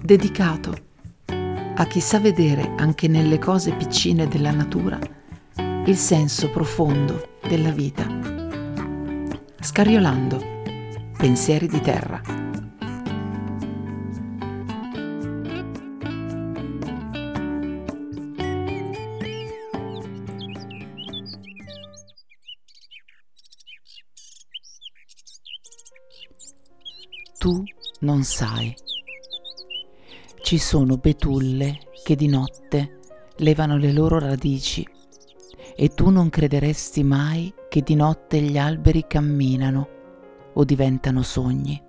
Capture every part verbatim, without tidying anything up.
dedicato a chi sa vedere anche nelle cose piccine della natura il senso profondo della vita. Scariolando, pensieri di terra. Tu non sai. Ci sono betulle che di notte levano le loro radici e tu non crederesti mai che di notte gli alberi camminano o diventano sogni.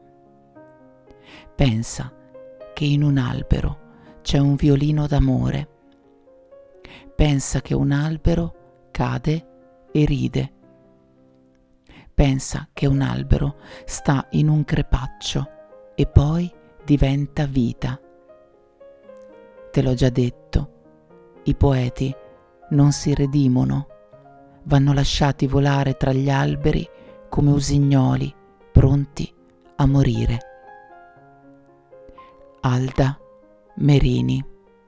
Pensa che in un albero c'è un violino d'amore. Pensa che un albero cade e ride. Pensa che un albero sta in un crepaccio e poi diventa vita. Te l'ho già detto, i poeti non si redimono, vanno lasciati volare tra gli alberi come usignoli pronti a morire. Alda Merini.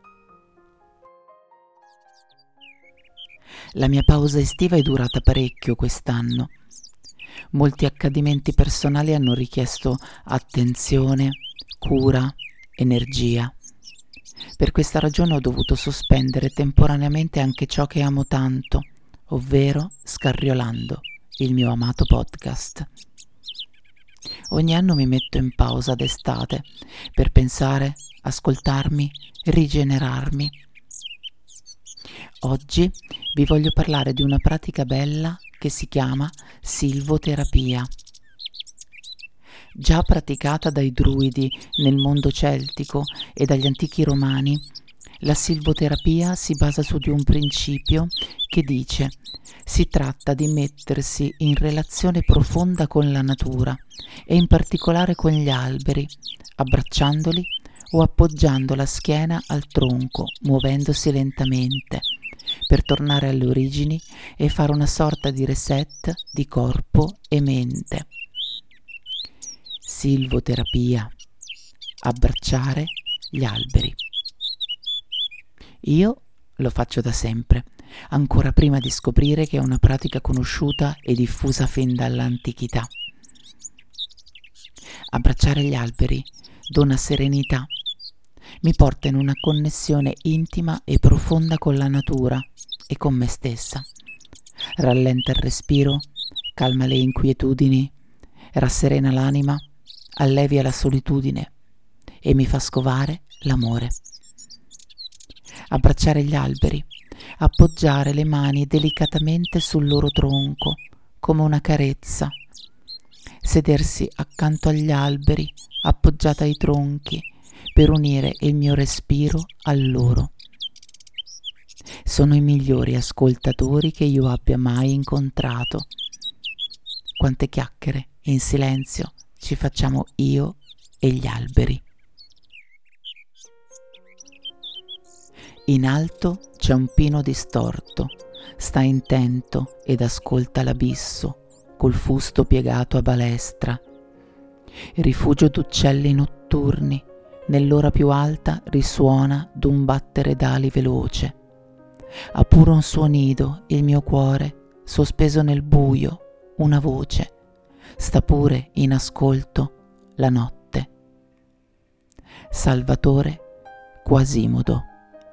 La mia pausa estiva è durata parecchio quest'anno. Molti accadimenti personali hanno richiesto attenzione, cura, energia. Per questa ragione ho dovuto sospendere temporaneamente anche ciò che amo tanto, ovvero Scariolando, il mio amato podcast. Ogni anno mi metto in pausa d'estate per pensare, ascoltarmi, rigenerarmi. Oggi vi voglio parlare di una pratica bella che si chiama silvoterapia. Già praticata dai druidi nel mondo celtico e dagli antichi romani, la silvoterapia si basa su di un principio che dice: si tratta di mettersi in relazione profonda con la natura e in particolare con gli alberi, abbracciandoli o appoggiando la schiena al tronco, muovendosi lentamente, per tornare alle origini e fare una sorta di reset di corpo e mente. Silvoterapia. Abbracciare gli alberi. Io lo faccio da sempre, ancora prima di scoprire che è una pratica conosciuta e diffusa fin dall'antichità. Abbracciare gli alberi dona serenità, mi porta in una connessione intima e profonda con la natura e con me stessa. Rallenta il respiro, calma le inquietudini, rasserena l'anima, allevia la solitudine e mi fa scovare l'amore. Abbracciare gli alberi, appoggiare le mani delicatamente sul loro tronco come una carezza, sedersi accanto agli alberi appoggiata ai tronchi per unire il mio respiro al loro. Sono i migliori ascoltatori che io abbia mai incontrato. Quante chiacchiere in silenzio ci facciamo io e gli alberi. In alto c'è un pino distorto, sta intento ed ascolta l'abisso, col fusto piegato a balestra. Rifugio d'uccelli notturni, nell'ora più alta risuona d'un battere d'ali veloce. Ha pure un suo nido il mio cuore, sospeso nel buio, una voce. Sta pure in ascolto la notte. Salvatore Quasimodo.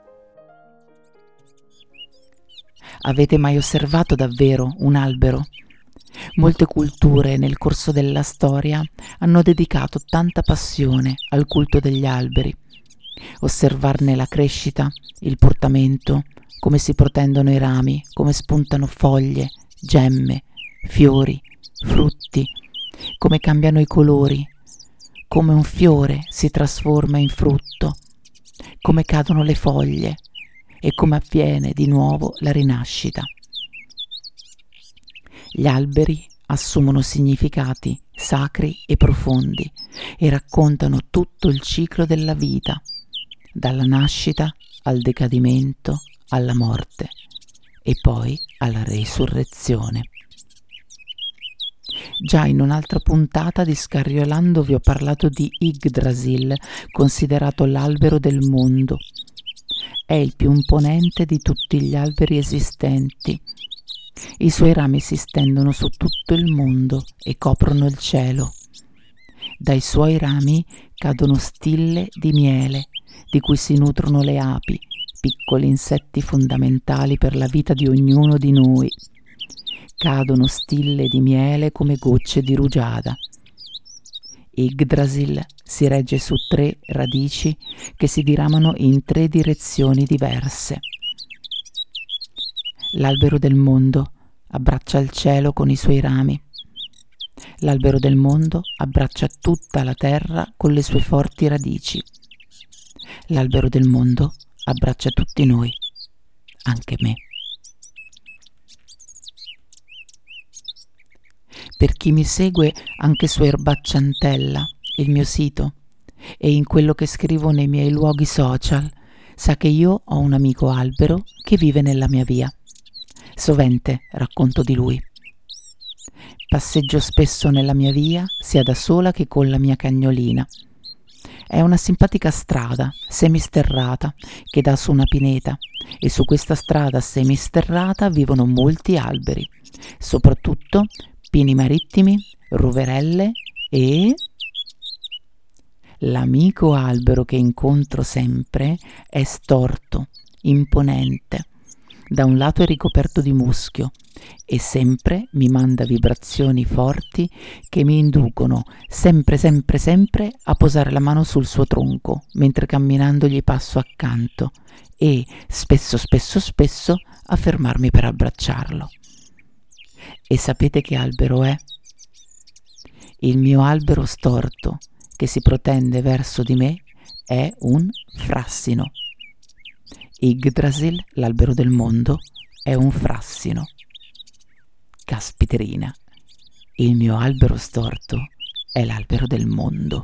Avete mai osservato davvero un albero? Molte culture nel corso della storia hanno dedicato tanta passione al culto degli alberi. Osservarne la crescita, il portamento, come si protendono i rami, come spuntano foglie, gemme, fiori, frutti, come cambiano i colori, come un fiore si trasforma in frutto, come cadono le foglie e come avviene di nuovo la rinascita. Gli alberi assumono significati sacri e profondi e raccontano tutto il ciclo della vita, dalla nascita al decadimento, alla morte e poi alla resurrezione. Già in un'altra puntata di Scarriolando vi ho parlato di Yggdrasil, considerato l'albero del mondo. È il più imponente di tutti gli alberi esistenti. I suoi rami si stendono su tutto il mondo e coprono il cielo. Dai suoi rami cadono stille di miele, di cui si nutrono le api, piccoli insetti fondamentali per la vita di ognuno di noi. Cadono stille di miele come gocce di rugiada. Yggdrasil si regge su tre radici che si diramano in tre direzioni diverse. L'albero del mondo abbraccia il cielo con i suoi rami. L'albero del mondo abbraccia tutta la terra con le sue forti radici. L'albero del mondo abbraccia tutti noi, anche me. Per chi mi segue anche su Erbacciantella, il mio sito, e in quello che scrivo nei miei luoghi social, sa che io ho un amico albero che vive nella mia via. Sovente racconto di lui. Passeggio spesso nella mia via, sia da sola che con la mia cagnolina. È una simpatica strada, semisterrata, che dà su una pineta, e su questa strada semisterrata vivono molti alberi, soprattutto pini marittimi, ruverelle e... L'amico albero che incontro sempre è storto, imponente. Da un lato è ricoperto di muschio e sempre mi manda vibrazioni forti che mi inducono sempre, sempre, sempre a posare la mano sul suo tronco mentre camminando gli passo accanto e spesso, spesso, spesso a fermarmi per abbracciarlo. E sapete che albero è? Il mio albero storto che si protende verso di me è un frassino. Yggdrasil, l'albero del mondo, è un frassino. Caspiterina, il mio albero storto è l'albero del mondo.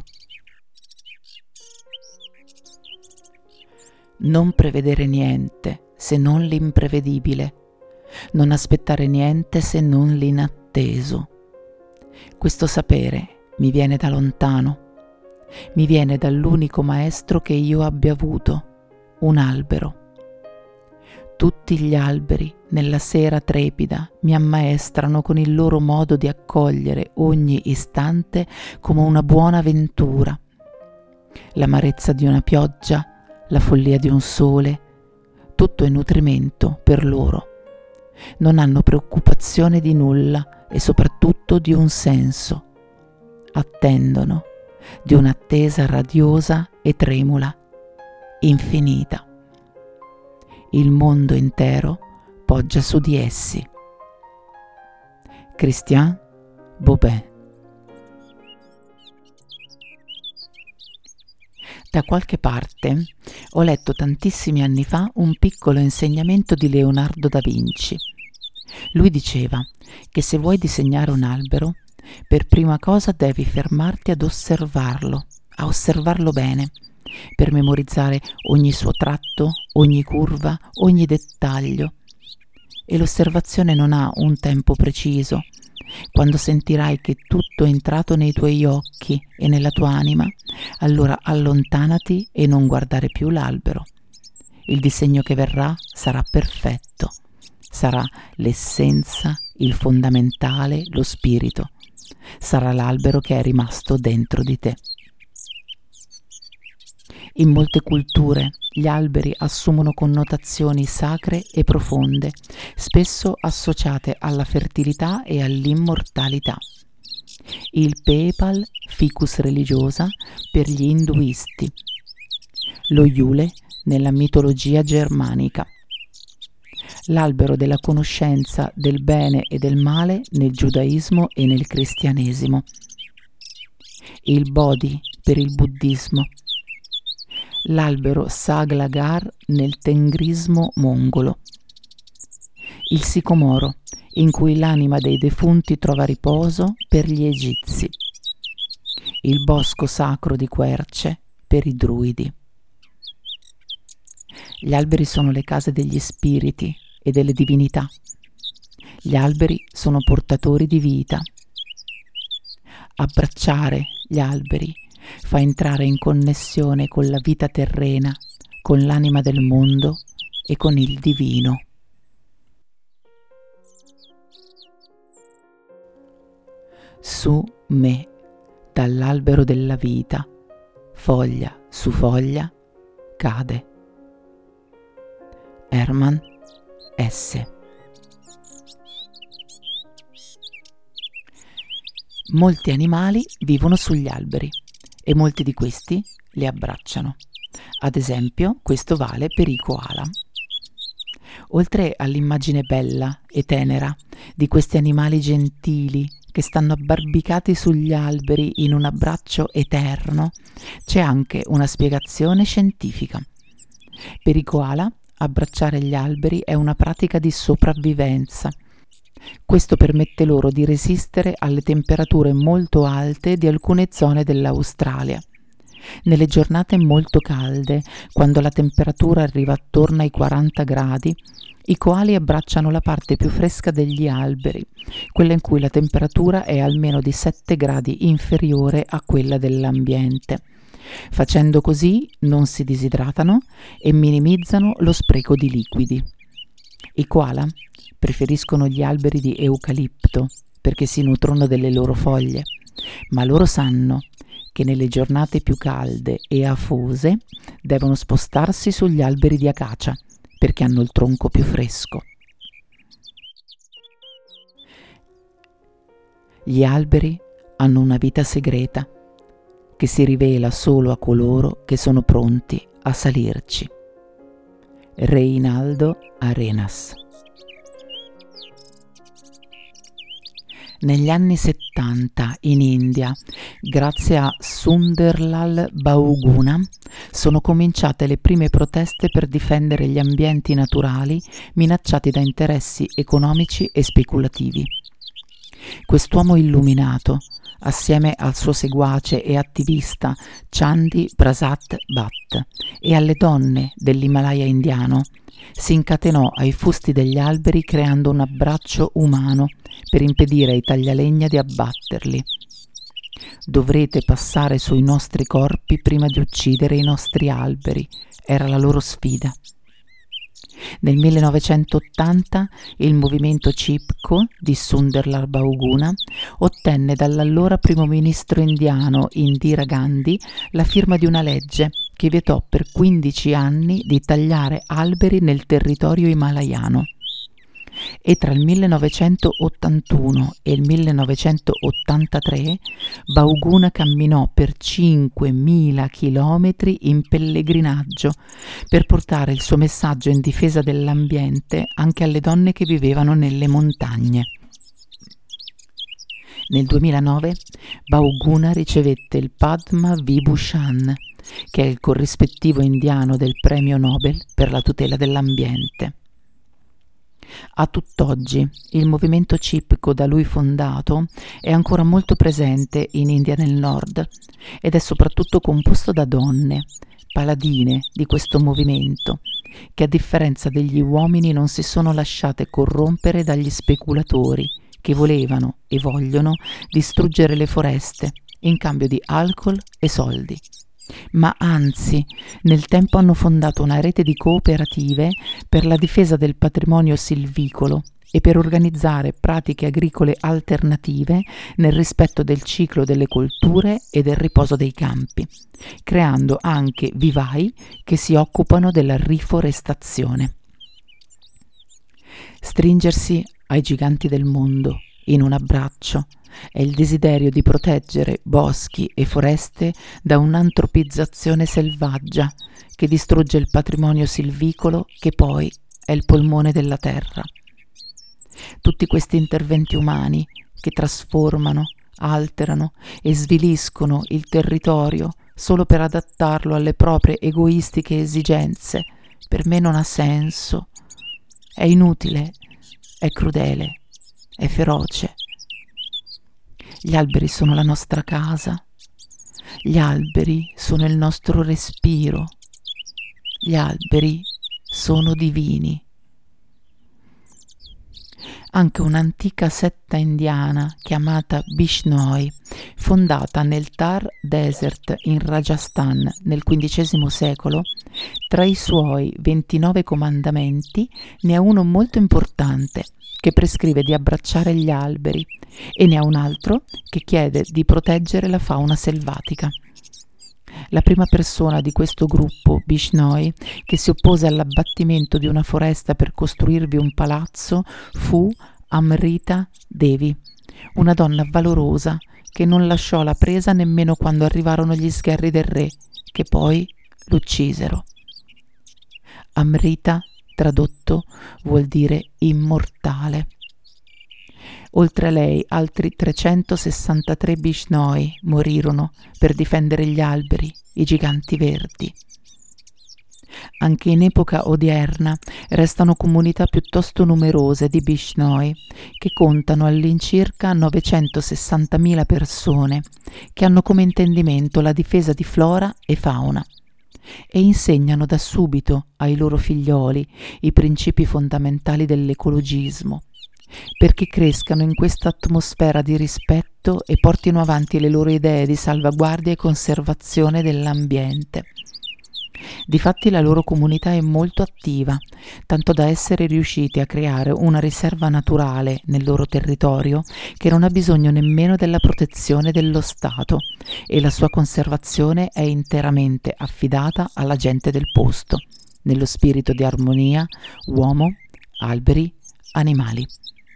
Non prevedere niente se non l'imprevedibile, non aspettare niente se non l'inatteso. Questo sapere mi viene da lontano, mi viene dall'unico maestro che io abbia avuto, un albero. Tutti gli alberi, nella sera trepida, mi ammaestrano con il loro modo di accogliere ogni istante come una buona avventura. L'amarezza di una pioggia, la follia di un sole, tutto è nutrimento per loro. Non hanno preoccupazione di nulla e soprattutto di un senso. Attendono, di un'attesa radiosa e tremula, infinita. Il mondo intero poggia su di essi. Christian Bobin. Da qualche parte ho letto tantissimi anni fa un piccolo insegnamento di Leonardo da Vinci. Lui diceva che se vuoi disegnare un albero, per prima cosa devi fermarti ad osservarlo, a osservarlo bene, per memorizzare ogni suo tratto, ogni curva, ogni dettaglio. E l'osservazione non ha un tempo preciso. Quando sentirai che tutto è entrato nei tuoi occhi e nella tua anima, allora allontanati e non guardare più l'albero. Il disegno che verrà sarà perfetto, sarà l'essenza, il fondamentale, lo spirito. Sarà l'albero che è rimasto dentro di te. In molte culture gli alberi assumono connotazioni sacre e profonde, spesso associate alla fertilità e all'immortalità. Il Peepal, ficus religiosa, per gli induisti. Lo Iule nella mitologia germanica. L'albero della conoscenza del bene e del male nel giudaismo e nel cristianesimo. Il Bodhi per il buddismo. L'albero Saglagar nel tengrismo mongolo. Il sicomoro, in cui l'anima dei defunti trova riposo per gli egizi. Il bosco sacro di querce per i druidi. Gli alberi sono le case degli spiriti e delle divinità. Gli alberi sono portatori di vita. Abbracciare gli alberi fa entrare in connessione con la vita terrena, con l'anima del mondo e con il divino. Su me, dall'albero della vita, foglia su foglia, cade. Hermann Hesse. Molti animali vivono sugli alberi e molti di questi li abbracciano. Ad esempio, questo vale per i koala. Oltre all'immagine bella e tenera di questi animali gentili che stanno abbarbicati sugli alberi in un abbraccio eterno, c'è anche una spiegazione scientifica. Per i koala, abbracciare gli alberi è una pratica di sopravvivenza. Questo permette loro di resistere alle temperature molto alte di alcune zone dell'Australia. Nelle giornate molto calde, quando la temperatura arriva attorno ai quaranta gradi, i koali abbracciano la parte più fresca degli alberi, quella in cui la temperatura è almeno di sette gradi inferiore a quella dell'ambiente. Facendo così non si disidratano e minimizzano lo spreco di liquidi. I koala preferiscono gli alberi di eucalipto perché si nutrono delle loro foglie, ma loro sanno che nelle giornate più calde e afose devono spostarsi sugli alberi di acacia perché hanno il tronco più fresco. Gli alberi hanno una vita segreta che si rivela solo a coloro che sono pronti a salirci. Reinaldo Arenas. Negli anni settanta in India, grazie a Sunderlal Bahuguna, sono cominciate le prime proteste per difendere gli ambienti naturali minacciati da interessi economici e speculativi. Quest'uomo illuminato, assieme al suo seguace e attivista Chandi Prasad Bhatt e alle donne dell'Himalaya indiano, si incatenò ai fusti degli alberi creando un abbraccio umano per impedire ai taglialegna di abbatterli. Dovrete passare sui nostri corpi prima di uccidere i nostri alberi, era la loro sfida. Nel millenovecentottanta il movimento Chipko di Sunderlal Bahuguna ottenne dall'allora primo ministro indiano Indira Gandhi la firma di una legge che vietò per quindici anni di tagliare alberi nel territorio himalayano. E tra il millenovecentottantuno e il millenovecentottantatré Bahuguna camminò per cinquemila chilometri in pellegrinaggio per portare il suo messaggio in difesa dell'ambiente anche alle donne che vivevano nelle montagne. Nel duemilanove Bahuguna ricevette il Padma Vibhushan, che è il corrispettivo indiano del premio Nobel per la tutela dell'ambiente. A tutt'oggi il movimento Chipko da lui fondato è ancora molto presente in India nel nord ed è soprattutto composto da donne, paladine di questo movimento, che a differenza degli uomini non si sono lasciate corrompere dagli speculatori che volevano e vogliono distruggere le foreste in cambio di alcol e soldi. Ma anzi, nel tempo hanno fondato una rete di cooperative per la difesa del patrimonio silvicolo e per organizzare pratiche agricole alternative nel rispetto del ciclo delle colture e del riposo dei campi, creando anche vivai che si occupano della riforestazione. Stringersi ai giganti del mondo in un abbraccio è il desiderio di proteggere boschi e foreste da un'antropizzazione selvaggia che distrugge il patrimonio silvicolo che poi è il polmone della terra. Tutti questi interventi umani che trasformano, alterano e sviliscono il territorio solo per adattarlo alle proprie egoistiche esigenze, per me non ha senso. È inutile, è crudele, è feroce. Gli alberi sono la nostra casa, gli alberi sono il nostro respiro, gli alberi sono divini. Anche un'antica setta indiana chiamata Bishnoi Fondata nel Thar Desert in Rajasthan nel quindicesimo secolo, tra i suoi ventinove comandamenti ne ha uno molto importante che prescrive di abbracciare gli alberi e ne ha un altro che chiede di proteggere la fauna selvatica. La prima persona di questo gruppo, Bishnoi, che si oppose all'abbattimento di una foresta per costruirvi un palazzo, fu Amrita Devi, una donna valorosa che non lasciò la presa nemmeno quando arrivarono gli sgherri del re, che poi l'uccisero. Amrita, tradotto, vuol dire immortale. Oltre a lei, altri trecentosessantatré Bishnoi morirono per difendere gli alberi, i giganti verdi. Anche in epoca odierna restano comunità piuttosto numerose di Bishnoi, che contano all'incirca novecentosessantamila persone, che hanno come intendimento la difesa di flora e fauna e insegnano da subito ai loro figlioli i principi fondamentali dell'ecologismo, perché crescano in questa atmosfera di rispetto e portino avanti le loro idee di salvaguardia e conservazione dell'ambiente. Difatti la loro comunità è molto attiva, tanto da essere riusciti a creare una riserva naturale nel loro territorio che non ha bisogno nemmeno della protezione dello Stato e la sua conservazione è interamente affidata alla gente del posto, nello spirito di armonia uomo, alberi, animali.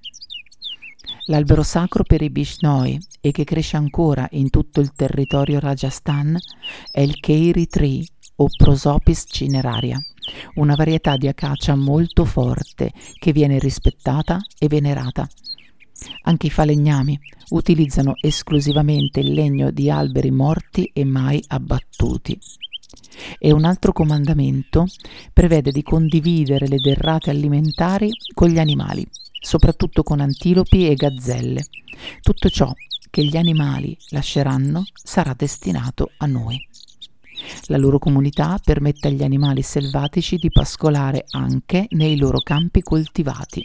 L'albero sacro per i Bishnoi e che cresce ancora in tutto il territorio Rajasthan è il Kairi Tree o Prosopis cineraria, una varietà di acacia molto forte che viene rispettata e venerata. Anche i falegnami utilizzano esclusivamente il legno di alberi morti e mai abbattuti. E un altro comandamento prevede di condividere le derrate alimentari con gli animali, soprattutto con antilopi e gazzelle. Tutto ciò che gli animali lasceranno sarà destinato a noi. La loro comunità permette agli animali selvatici di pascolare anche nei loro campi coltivati.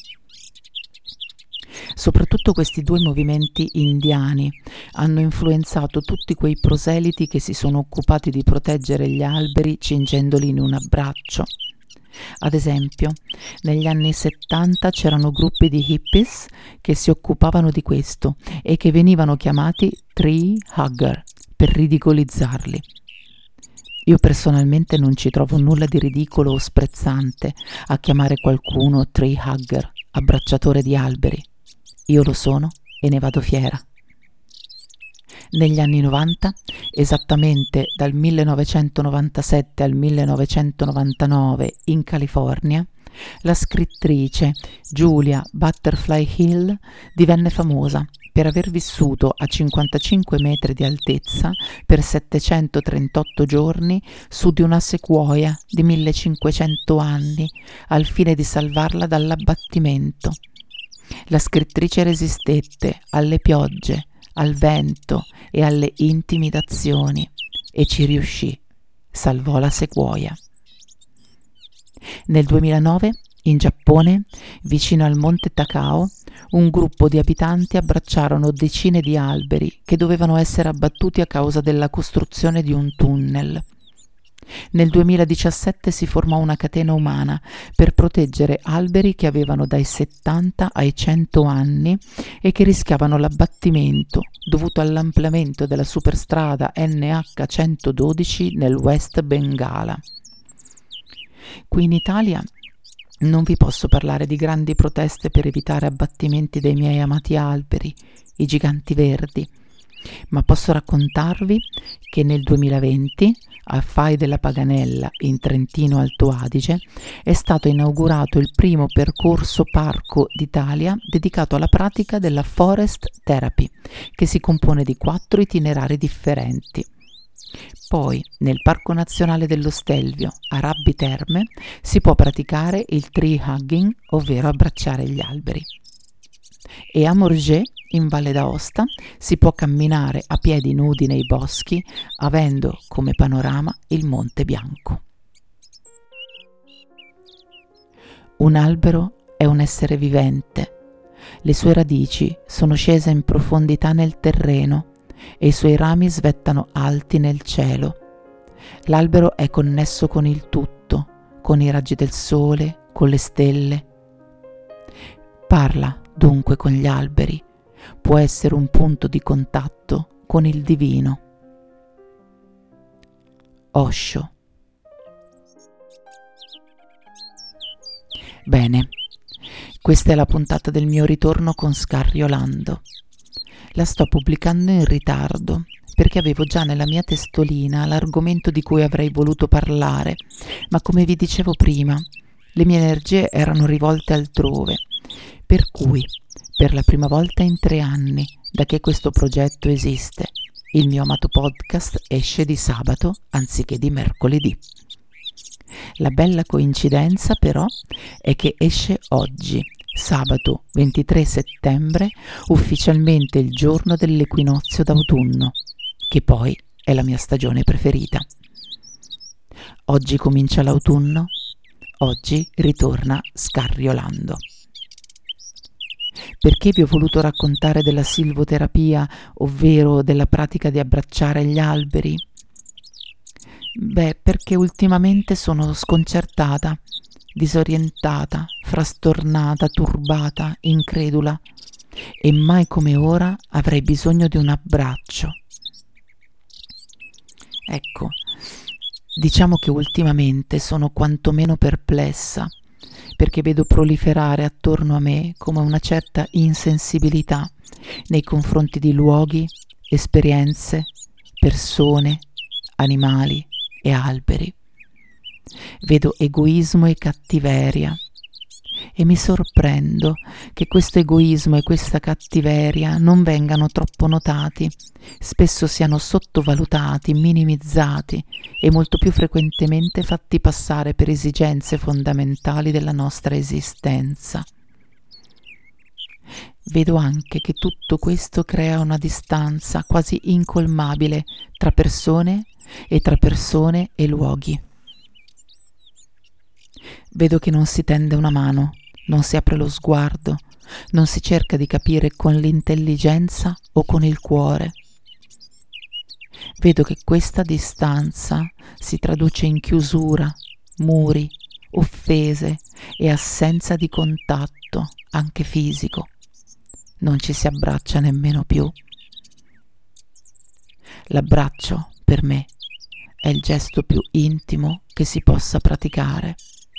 Soprattutto questi due movimenti indiani hanno influenzato tutti quei proseliti che si sono occupati di proteggere gli alberi cingendoli in un abbraccio. Ad esempio, negli anni settanta c'erano gruppi di hippies che si occupavano di questo e che venivano chiamati tree hugger per ridicolizzarli. Io personalmente non ci trovo nulla di ridicolo o sprezzante a chiamare qualcuno tree hugger, abbracciatore di alberi. Io lo sono e ne vado fiera. Negli anni novanta, esattamente dal millenovecentonovantasette al millenovecentonovantanove in California, la scrittrice Julia Butterfly Hill divenne famosa per aver vissuto a cinquantacinque metri di altezza per settecentotrentotto giorni su di una sequoia di millecinquecento anni al fine di salvarla dall'abbattimento. La scrittrice resistette alle piogge, al vento e alle intimidazioni e ci riuscì, salvò la sequoia. Nel duemilanove, in Giappone, vicino al monte Takao, un gruppo di abitanti abbracciarono decine di alberi che dovevano essere abbattuti a causa della costruzione di un tunnel. Nel duemiladiciassette si formò una catena umana per proteggere alberi che avevano dai settanta ai cento anni e che rischiavano l'abbattimento dovuto all'ampliamento della superstrada N H centododici nel West Bengala. Qui in Italia non vi posso parlare di grandi proteste per evitare abbattimenti dei miei amati alberi, i giganti verdi, ma posso raccontarvi che nel duemilaventi, a Fai della Paganella, in Trentino Alto Adige, è stato inaugurato il primo percorso parco d'Italia dedicato alla pratica della forest therapy, che si compone di quattro itinerari differenti. Poi, nel Parco Nazionale dello Stelvio, a Rabbi Terme, si può praticare il tree hugging, ovvero abbracciare gli alberi. E a Morges, in Valle d'Aosta, si può camminare a piedi nudi nei boschi, avendo come panorama il Monte Bianco. Un albero è un essere vivente. Le sue radici sono scese in profondità nel terreno, e i suoi rami svettano alti nel cielo. L'albero è connesso con il tutto, con i raggi del sole, con le stelle. Parla dunque con gli alberi, può essere un punto di contatto con il divino. Osho. Bene, questa è la puntata del mio ritorno con Scarriolando. La sto pubblicando in ritardo perché avevo già nella mia testolina l'argomento di cui avrei voluto parlare, ma come vi dicevo prima, le mie energie erano rivolte altrove, per cui, per la prima volta in tre anni, da che questo progetto esiste, il mio amato podcast esce di sabato anziché di mercoledì. La bella coincidenza però è che esce oggi, sabato ventitré settembre, ufficialmente il giorno dell'equinozio d'autunno, che poi è la mia stagione preferita. Oggi comincia l'autunno, oggi ritorna Scarriolando. Perché vi ho voluto raccontare della silvoterapia, ovvero della pratica di abbracciare gli alberi? Beh, perché ultimamente sono sconcertata, disorientata, frastornata, turbata, incredula e mai come ora avrei bisogno di un abbraccio. Ecco, diciamo che ultimamente sono quantomeno perplessa perché vedo proliferare attorno a me come una certa insensibilità nei confronti di luoghi, esperienze, persone, animali e alberi. Vedo egoismo e cattiveria e mi sorprendo che questo egoismo e questa cattiveria non vengano troppo notati, spesso siano sottovalutati, minimizzati e molto più frequentemente fatti passare per esigenze fondamentali della nostra esistenza. Vedo anche che tutto questo crea una distanza quasi incolmabile tra persone e tra persone e luoghi. Vedo che non si tende una mano, non si apre lo sguardo, non si cerca di capire con l'intelligenza o con il cuore. Vedo che questa distanza si traduce in chiusura, muri, offese e assenza di contatto, anche fisico. Non ci si abbraccia nemmeno più. L'abbraccio, per me, è il gesto più intimo che si possa praticare.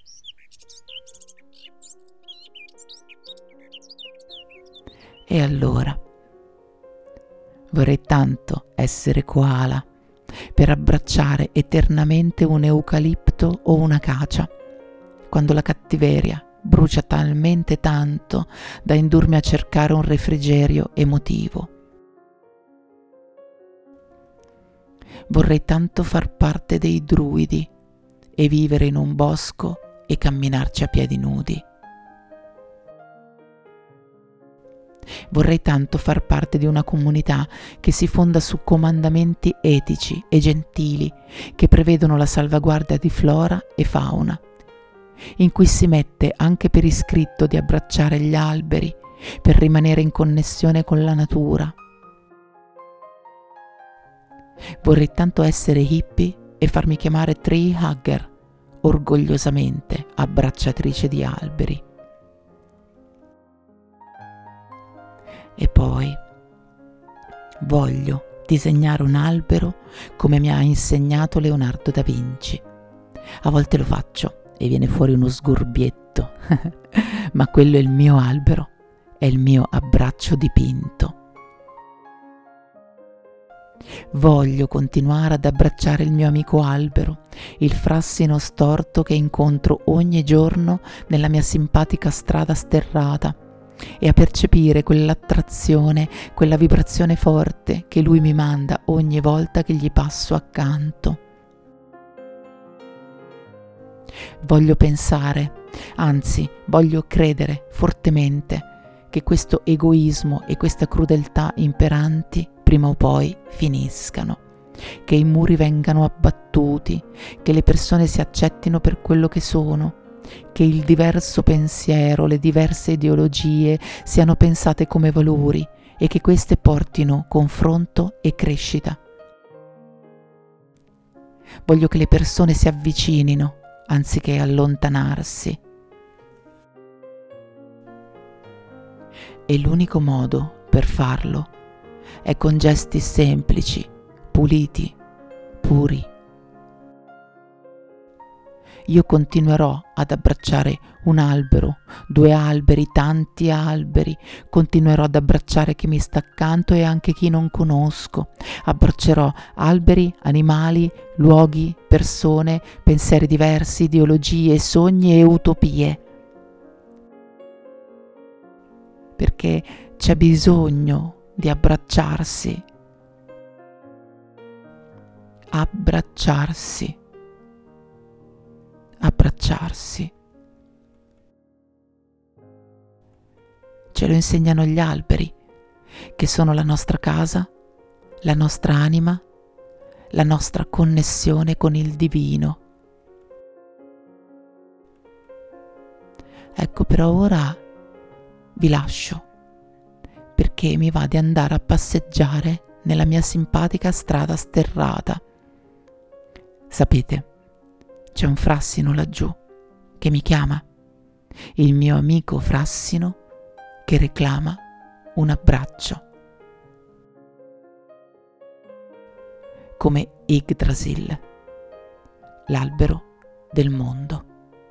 E allora, vorrei tanto essere koala per abbracciare eternamente un eucalipto o un'acacia, quando la cattiveria brucia talmente tanto da indurmi a cercare un refrigerio emotivo. Vorrei tanto far parte dei druidi e vivere in un bosco e camminarci a piedi nudi. Vorrei tanto far parte di una comunità che si fonda su comandamenti etici e gentili che prevedono la salvaguardia di flora e fauna, in cui si mette anche per iscritto di abbracciare gli alberi per rimanere in connessione con la natura. Vorrei tanto essere hippie e farmi chiamare tree hugger, orgogliosamente abbracciatrice di alberi. E poi voglio disegnare un albero come mi ha insegnato Leonardo da Vinci. A volte lo faccio e viene fuori uno sgorbietto, ma quello è il mio albero, è il mio abbraccio dipinto. Voglio continuare ad abbracciare il mio amico albero, il frassino storto che incontro ogni giorno nella mia simpatica strada sterrata, e a percepire quell'attrazione, quella vibrazione forte che lui mi manda ogni volta che gli passo accanto. Voglio pensare, anzi voglio credere fortemente che questo egoismo e questa crudeltà imperanti prima o poi finiscano, che i muri vengano abbattuti, che le persone si accettino per quello che sono, che il diverso pensiero, le diverse ideologie siano pensate come valori e che queste portino confronto e crescita. Voglio che le persone si avvicinino anziché allontanarsi. E l'unico modo per farlo è con gesti semplici, puliti, puri. Io continuerò ad abbracciare un albero, due alberi, tanti alberi. Continuerò ad abbracciare chi mi sta accanto e anche chi non conosco. Abbraccerò alberi, animali, luoghi, persone, pensieri diversi, ideologie, sogni e utopie. Perché c'è bisogno di abbracciarsi. Abbracciarsi. Abbracciarsi. Ce lo insegnano gli alberi, che sono la nostra casa, la nostra anima, la nostra connessione con il divino. Ecco, per ora vi lascio, perché mi va di andare a passeggiare nella mia simpatica strada sterrata. Sapete, c'è un frassino laggiù che mi chiama, il mio amico frassino che reclama un abbraccio. Come Yggdrasil, l'albero del mondo.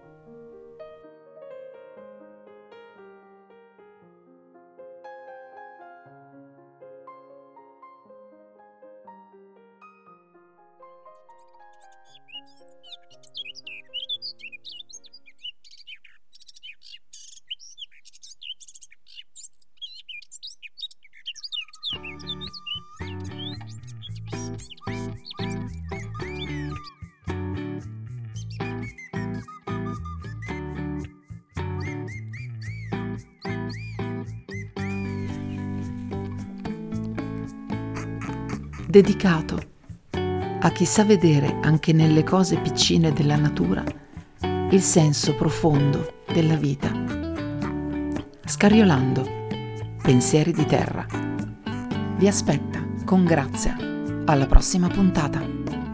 Dedicato a chi sa vedere anche nelle cose piccine della natura il senso profondo della vita. Scariolando, pensieri di terra. Vi aspetta con grazia alla prossima puntata.